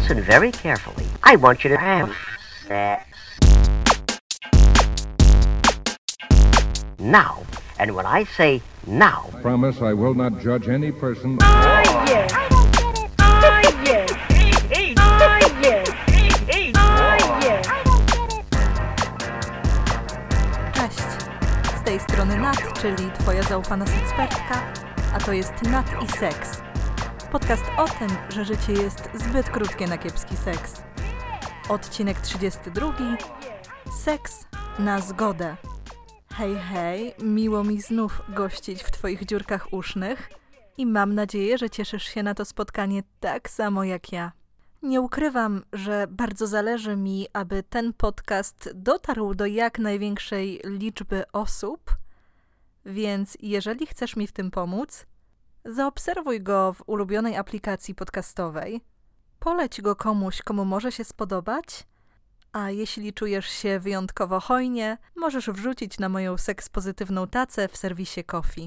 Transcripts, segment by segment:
listen very carefully. I want you to have sex. Now. And when I say now... I promise I will not judge any person... I don't get it. I don't get it. Cześć! Z tej strony Nat, czyli twoja zaufana sekspertka, a to jest Nat i Seks. Podcast o tym, że życie jest zbyt krótkie na kiepski seks. Odcinek 32. Seks na zgodę. Hej, hej, miło mi znów gościć w twoich dziurkach usznych i mam nadzieję, że cieszysz się na to spotkanie tak samo jak ja. Nie ukrywam, że bardzo zależy mi, aby ten podcast dotarł do jak największej liczby osób, więc jeżeli chcesz mi w tym pomóc, zaobserwuj go w ulubionej aplikacji podcastowej, poleć go komuś, komu może się spodobać, a jeśli czujesz się wyjątkowo hojnie, możesz wrzucić na moją sekspozytywną tacę w serwisie Ko-fi.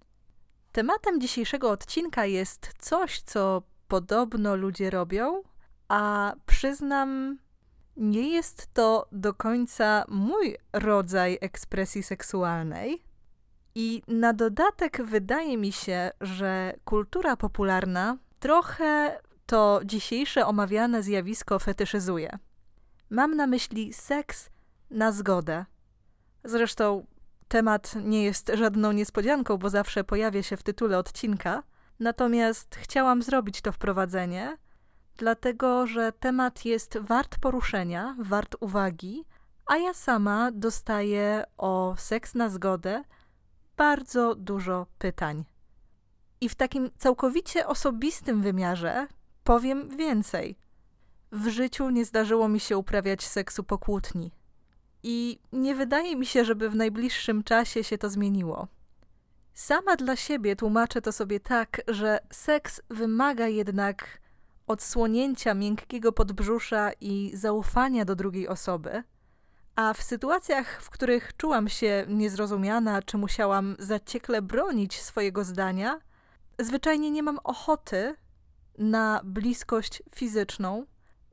Tematem dzisiejszego odcinka jest coś, co podobno ludzie robią, a przyznam, nie jest to do końca mój rodzaj ekspresji seksualnej. I na dodatek wydaje mi się, że kultura popularna trochę to dzisiejsze omawiane zjawisko fetyszyzuje. Mam na myśli seks na zgodę. Zresztą temat nie jest żadną niespodzianką, bo zawsze pojawia się w tytule odcinka. Natomiast chciałam zrobić to wprowadzenie, dlatego że temat jest wart poruszenia, wart uwagi, a ja sama dostaję o seks na zgodę bardzo dużo pytań. I w takim całkowicie osobistym wymiarze powiem więcej. W życiu nie zdarzyło mi się uprawiać seksu po kłótni. I nie wydaje mi się, żeby w najbliższym czasie się to zmieniło. Sama dla siebie tłumaczę to sobie tak, że seks wymaga jednak odsłonięcia miękkiego podbrzusza i zaufania do drugiej osoby, a w sytuacjach, w których czułam się niezrozumiana, czy musiałam zaciekle bronić swojego zdania, zwyczajnie nie mam ochoty na bliskość fizyczną,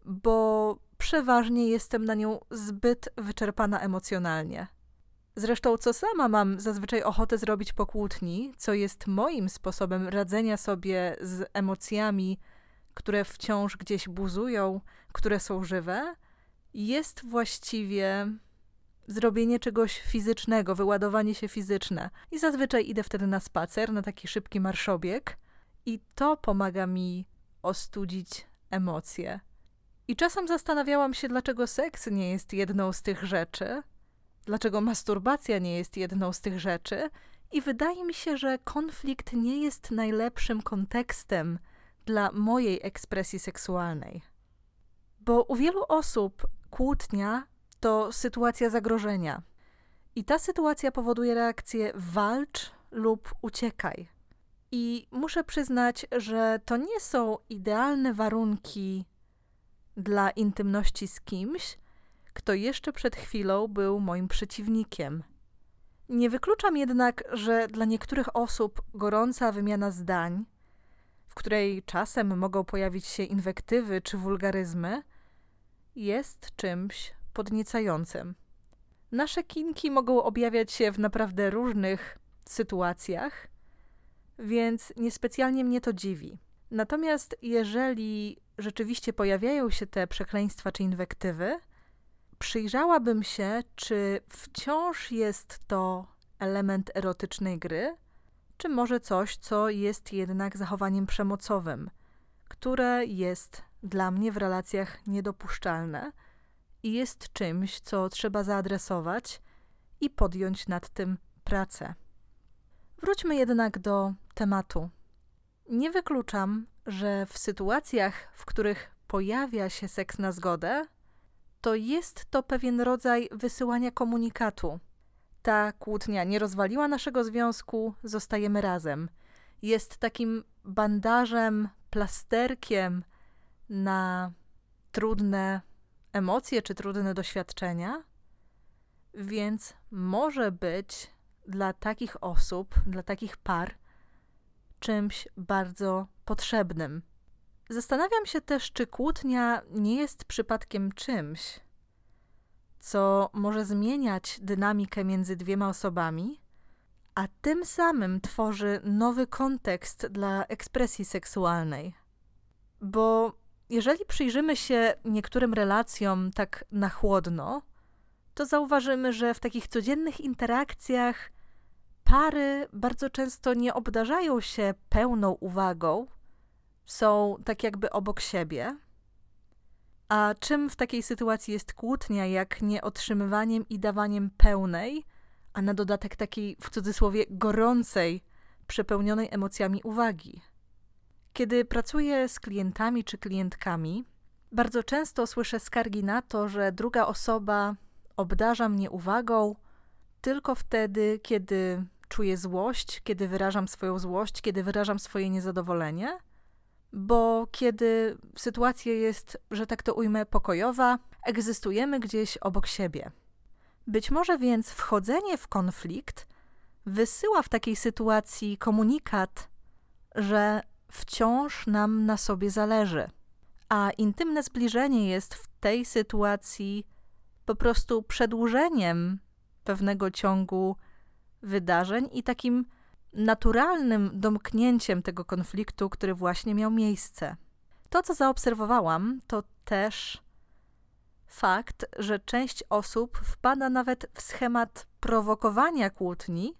bo przeważnie jestem na nią zbyt wyczerpana emocjonalnie. Zresztą co sama mam zazwyczaj ochotę zrobić po kłótni, co jest moim sposobem radzenia sobie z emocjami, które wciąż gdzieś buzują, które są żywe, jest właściwie zrobienie czegoś fizycznego, wyładowanie się fizyczne. I zazwyczaj idę wtedy na spacer, na taki szybki marszobieg i to pomaga mi ostudzić emocje. I czasem zastanawiałam się, dlaczego seks nie jest jedną z tych rzeczy, dlaczego masturbacja nie jest jedną z tych rzeczy i wydaje mi się, że konflikt nie jest najlepszym kontekstem dla mojej ekspresji seksualnej. Bo u wielu osób kłótnia to sytuacja zagrożenia. I ta sytuacja powoduje reakcję walcz lub uciekaj. I muszę przyznać, że to nie są idealne warunki dla intymności z kimś, kto jeszcze przed chwilą był moim przeciwnikiem. Nie wykluczam jednak, że dla niektórych osób gorąca wymiana zdań, w której czasem mogą pojawić się inwektywy czy wulgaryzmy, jest czymś podniecającym. Nasze kinki mogą objawiać się w naprawdę różnych sytuacjach, więc niespecjalnie mnie to dziwi. Natomiast jeżeli rzeczywiście pojawiają się te przekleństwa czy inwektywy, przyjrzałabym się, czy wciąż jest to element erotycznej gry, czy może coś, co jest jednak zachowaniem przemocowym, które jest dla mnie w relacjach niedopuszczalne i jest czymś, co trzeba zaadresować i podjąć nad tym pracę. Wróćmy jednak do tematu. Nie wykluczam, że w sytuacjach, w których pojawia się seks na zgodę, to jest to pewien rodzaj wysyłania komunikatu. Ta kłótnia nie rozwaliła naszego związku, zostajemy razem. Jest takim bandażem, plasterkiem na trudne emocje czy trudne doświadczenia, więc może być dla takich osób, dla takich par czymś bardzo potrzebnym. Zastanawiam się też, czy kłótnia nie jest przypadkiem czymś, co może zmieniać dynamikę między dwiema osobami, a tym samym tworzy nowy kontekst dla ekspresji seksualnej. Bo jeżeli przyjrzymy się niektórym relacjom tak na chłodno, to zauważymy, że w takich codziennych interakcjach pary bardzo często nie obdarzają się pełną uwagą, są tak jakby obok siebie. A czym w takiej sytuacji jest kłótnia, jak nie otrzymywaniem i dawaniem pełnej, a na dodatek takiej, w cudzysłowie, gorącej, przepełnionej emocjami uwagi? Kiedy pracuję z klientami czy klientkami, bardzo często słyszę skargi na to, że druga osoba obdarza mnie uwagą tylko wtedy, kiedy czuję złość, kiedy wyrażam swoją złość, kiedy wyrażam swoje niezadowolenie, bo kiedy sytuacja jest, że tak to ujmę, pokojowa, egzystujemy gdzieś obok siebie. Być może więc wchodzenie w konflikt wysyła w takiej sytuacji komunikat, że wciąż nam na sobie zależy, a intymne zbliżenie jest w tej sytuacji po prostu przedłużeniem pewnego ciągu wydarzeń i takim naturalnym domknięciem tego konfliktu, który właśnie miał miejsce. To, co zaobserwowałam, to też fakt, że część osób wpada nawet w schemat prowokowania kłótni,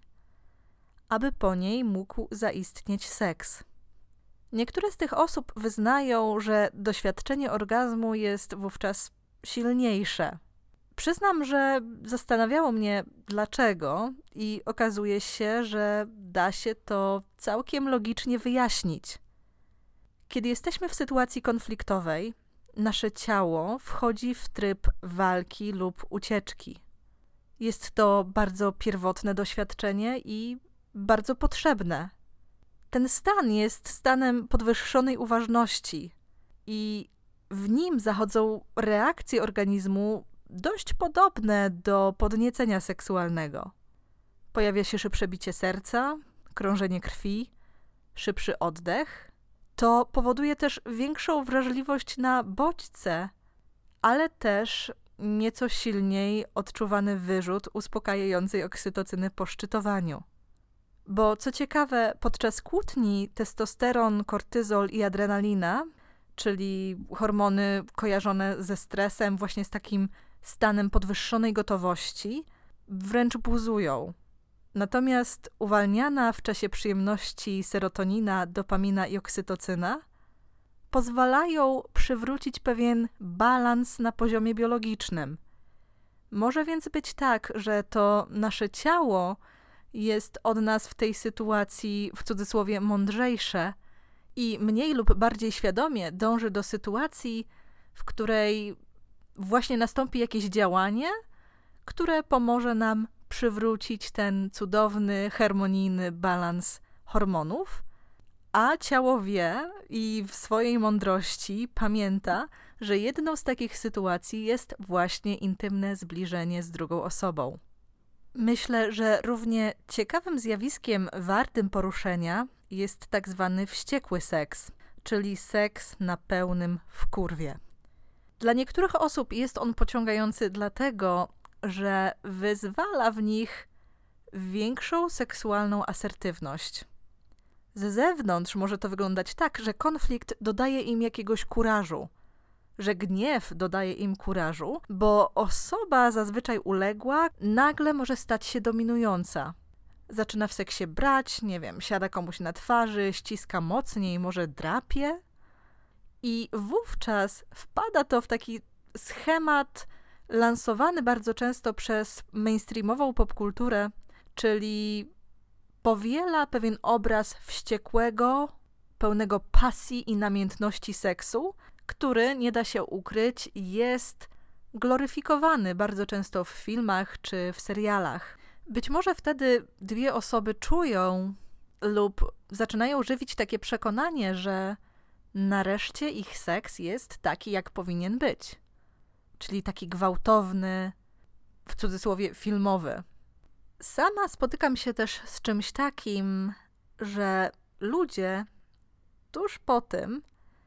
aby po niej mógł zaistnieć seks. Niektóre z tych osób wyznają, że doświadczenie orgazmu jest wówczas silniejsze. Przyznam, że zastanawiało mnie dlaczego i okazuje się, że da się to całkiem logicznie wyjaśnić. Kiedy jesteśmy w sytuacji konfliktowej, nasze ciało wchodzi w tryb walki lub ucieczki. Jest to bardzo pierwotne doświadczenie i bardzo potrzebne. Ten stan jest stanem podwyższonej uważności i w nim zachodzą reakcje organizmu dość podobne do podniecenia seksualnego. Pojawia się szybsze bicie serca, krążenie krwi, szybszy oddech. To powoduje też większą wrażliwość na bodźce, ale też nieco silniej odczuwany wyrzut uspokajającej oksytocyny po szczytowaniu. Bo co ciekawe, podczas kłótni testosteron, kortyzol i adrenalina, czyli hormony kojarzone ze stresem, właśnie z takim stanem podwyższonej gotowości, wręcz buzują. Natomiast uwalniana w czasie przyjemności serotonina, dopamina i oksytocyna pozwalają przywrócić pewien balans na poziomie biologicznym. Może więc być tak, że to nasze ciało jest od nas w tej sytuacji, w cudzysłowie, mądrzejsze i mniej lub bardziej świadomie dąży do sytuacji, w której właśnie nastąpi jakieś działanie, które pomoże nam przywrócić ten cudowny, harmonijny balans hormonów, a ciało wie i w swojej mądrości pamięta, że jedną z takich sytuacji jest właśnie intymne zbliżenie z drugą osobą. Myślę, że równie ciekawym zjawiskiem wartym poruszenia jest tak zwany wściekły seks, czyli seks na pełnym wkurwie. Dla niektórych osób jest on pociągający dlatego, że wyzwala w nich większą seksualną asertywność. Z zewnątrz może to wyglądać tak, że konflikt dodaje im jakiegoś kurażu, że gniew dodaje im kurażu, bo osoba zazwyczaj uległa nagle może stać się dominująca. Zaczyna w seksie brać, nie wiem, siada komuś na twarzy, ściska mocniej, może drapie. I wówczas wpada to w taki schemat lansowany bardzo często przez mainstreamową popkulturę, czyli powiela pewien obraz wściekłego, pełnego pasji i namiętności seksu, który, nie da się ukryć, jest gloryfikowany bardzo często w filmach czy w serialach. Być może wtedy dwie osoby czują lub zaczynają żywić takie przekonanie, że nareszcie ich seks jest taki, jak powinien być. Czyli taki gwałtowny, w cudzysłowie filmowy. Sama spotykam się też z czymś takim, że ludzie tuż po tym,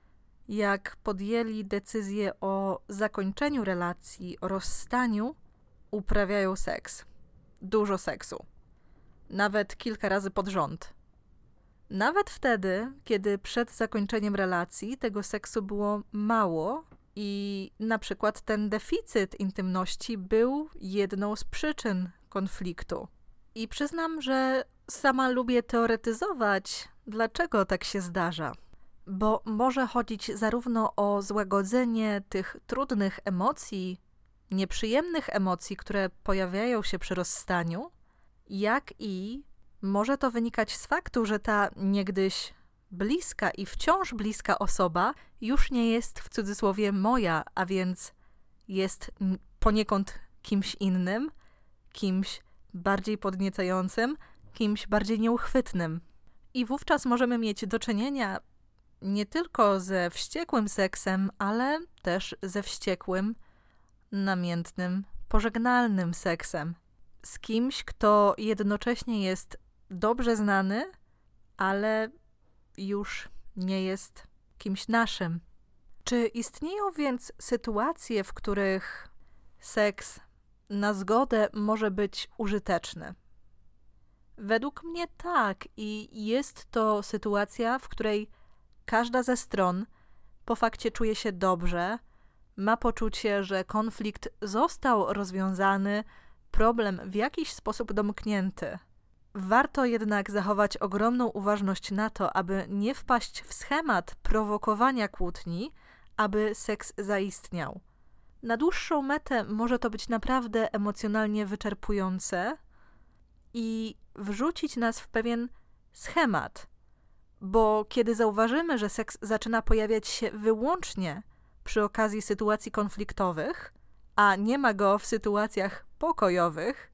jak podjęli decyzję o zakończeniu relacji, o rozstaniu, uprawiają seks. Dużo seksu. Nawet kilka razy pod rząd. Nawet wtedy, kiedy przed zakończeniem relacji tego seksu było mało i na przykład ten deficyt intymności był jedną z przyczyn konfliktu. I przyznam, że sama lubię teoretyzować, dlaczego tak się zdarza. Bo może chodzić zarówno o złagodzenie tych trudnych emocji, nieprzyjemnych emocji, które pojawiają się przy rozstaniu, jak i może to wynikać z faktu, że ta niegdyś bliska i wciąż bliska osoba już nie jest w cudzysłowie moja, a więc jest poniekąd kimś innym, kimś bardziej podniecającym, kimś bardziej nieuchwytnym. I wówczas możemy mieć do czynienia nie tylko ze wściekłym seksem, ale też ze wściekłym, namiętnym, pożegnalnym seksem. Z kimś, kto jednocześnie jest dobrze znany, ale już nie jest kimś naszym. Czy istnieją więc sytuacje, w których seks na zgodę może być użyteczny? Według mnie tak i jest to sytuacja, w której każda ze stron po fakcie czuje się dobrze, ma poczucie, że konflikt został rozwiązany, problem w jakiś sposób domknięty. Warto jednak zachować ogromną uważność na to, aby nie wpaść w schemat prowokowania kłótni, aby seks zaistniał. Na dłuższą metę może to być naprawdę emocjonalnie wyczerpujące i wrzucić nas w pewien schemat, bo kiedy zauważymy, że seks zaczyna pojawiać się wyłącznie przy okazji sytuacji konfliktowych, a nie ma go w sytuacjach pokojowych,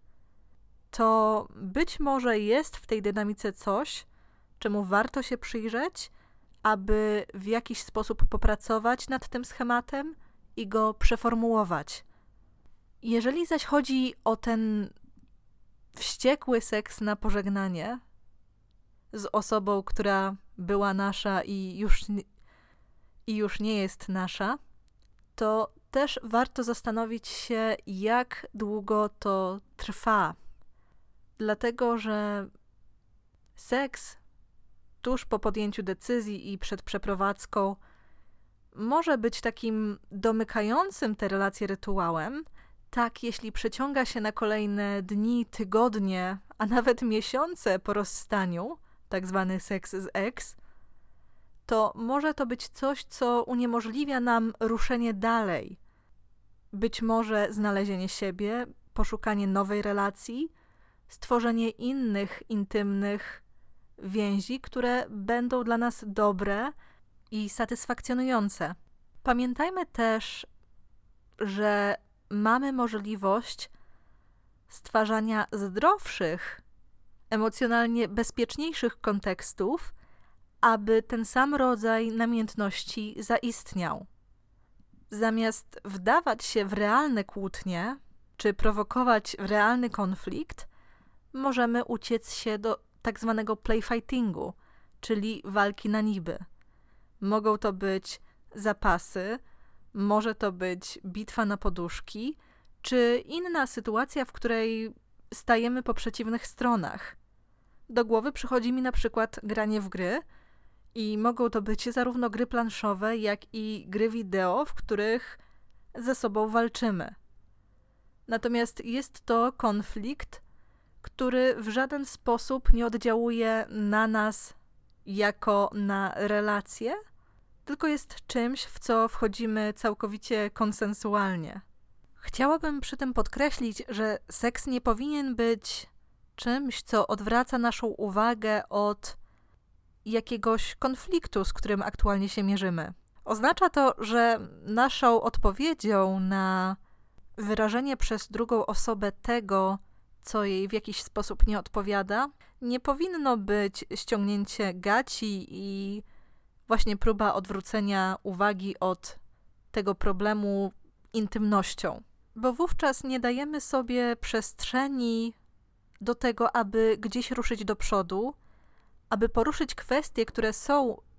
to być może jest w tej dynamice coś, czemu warto się przyjrzeć, aby w jakiś sposób popracować nad tym schematem i go przeformułować. Jeżeli zaś chodzi o ten wściekły seks na pożegnanie z osobą, która była nasza i już nie jest nasza, to też warto zastanowić się, jak długo to trwa. Dlatego, że seks tuż po podjęciu decyzji i przed przeprowadzką może być takim domykającym te relacje rytuałem. Tak, jeśli przeciąga się na kolejne dni, tygodnie, a nawet miesiące po rozstaniu, tak zwany seks z ex, to może to być coś, co uniemożliwia nam ruszenie dalej. Być może znalezienie siebie, poszukanie nowej relacji, stworzenie innych intymnych więzi, które będą dla nas dobre i satysfakcjonujące. Pamiętajmy też, że mamy możliwość stwarzania zdrowszych, emocjonalnie bezpieczniejszych kontekstów, aby ten sam rodzaj namiętności zaistniał. Zamiast wdawać się w realne kłótnie, czy prowokować realny konflikt, możemy uciec się do tak zwanego playfightingu, czyli walki na niby. Mogą to być zapasy, może to być bitwa na poduszki, czy inna sytuacja, w której stajemy po przeciwnych stronach. Do głowy przychodzi mi na przykład granie w gry i mogą to być zarówno gry planszowe, jak i gry wideo, w których ze sobą walczymy. Natomiast jest to konflikt, który w żaden sposób nie oddziałuje na nas jako na relacje, tylko jest czymś, w co wchodzimy całkowicie konsensualnie. Chciałabym przy tym podkreślić, że seks nie powinien być czymś, co odwraca naszą uwagę od jakiegoś konfliktu, z którym aktualnie się mierzymy. Oznacza to, że naszą odpowiedzią na wyrażenie przez drugą osobę tego, co jej w jakiś sposób nie odpowiada, nie powinno być ściągnięcie gaci i właśnie próba odwrócenia uwagi od tego problemu intymnością. Bo wówczas nie dajemy sobie przestrzeni do tego, aby gdzieś ruszyć do przodu, aby poruszyć kwestie, które są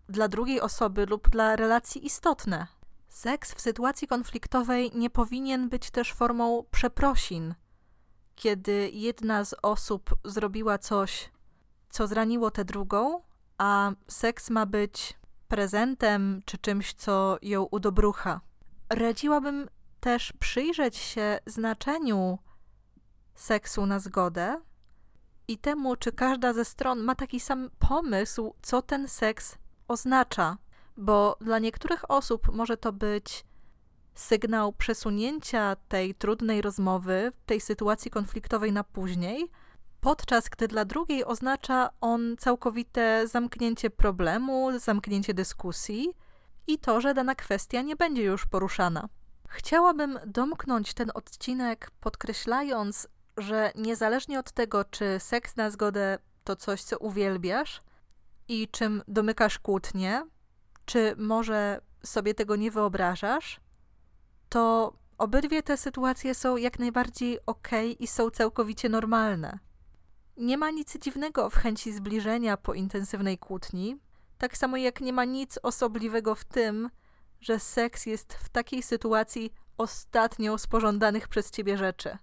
dla drugiej osoby lub dla relacji istotne. Seks w sytuacji konfliktowej nie powinien być też formą przeprosin, kiedy jedna z osób zrobiła coś, co zraniło tę drugą, a seks ma być prezentem czy czymś, co ją udobrucha. Radziłabym też przyjrzeć się znaczeniu seksu na zgodę i temu, czy każda ze stron ma taki sam pomysł, co ten seks oznacza. Bo dla niektórych osób może to być sygnał przesunięcia tej trudnej rozmowy, tej sytuacji konfliktowej na później, podczas gdy dla drugiej oznacza on całkowite zamknięcie problemu, zamknięcie dyskusji i to, że dana kwestia nie będzie już poruszana. Chciałabym domknąć ten odcinek podkreślając, że niezależnie od tego, czy seks na zgodę to coś, co uwielbiasz i czym domykasz kłótnie, czy może sobie tego nie wyobrażasz, to obydwie te sytuacje są jak najbardziej okej i są całkowicie normalne. Nie ma nic dziwnego w chęci zbliżenia po intensywnej kłótni, tak samo jak nie ma nic osobliwego w tym, że seks jest w takiej sytuacji ostatnią z pożądanych przez ciebie rzeczy.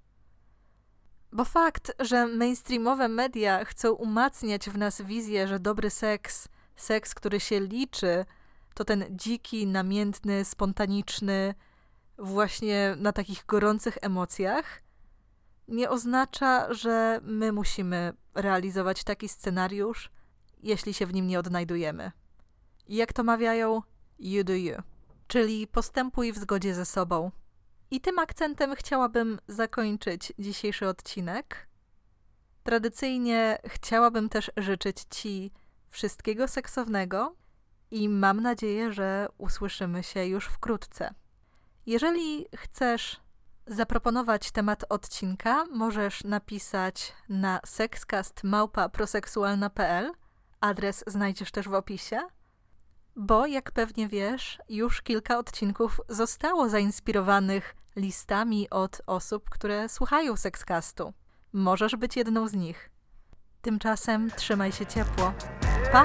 Bo fakt, że mainstreamowe media chcą umacniać w nas wizję, że dobry seks, który się liczy, to ten dziki, namiętny, spontaniczny, właśnie na takich gorących emocjach, nie oznacza, że my musimy realizować taki scenariusz, jeśli się w nim nie odnajdujemy. I jak to mawiają, you do you, czyli postępuj w zgodzie ze sobą. I tym akcentem chciałabym zakończyć dzisiejszy odcinek. Tradycyjnie chciałabym też życzyć Ci wszystkiego seksownego i mam nadzieję, że usłyszymy się już wkrótce. Jeżeli chcesz zaproponować temat odcinka, możesz napisać na sexcast@proseksualna.pl. Adres znajdziesz też w opisie. Bo, jak pewnie wiesz, już kilka odcinków zostało zainspirowanych listami od osób, które słuchają Sexcastu. Możesz być jedną z nich. Tymczasem trzymaj się ciepło. Pa!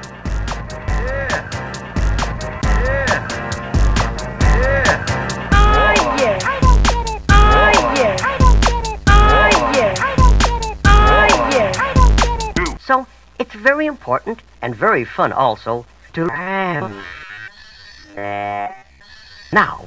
So, it's very important and very fun also to Now,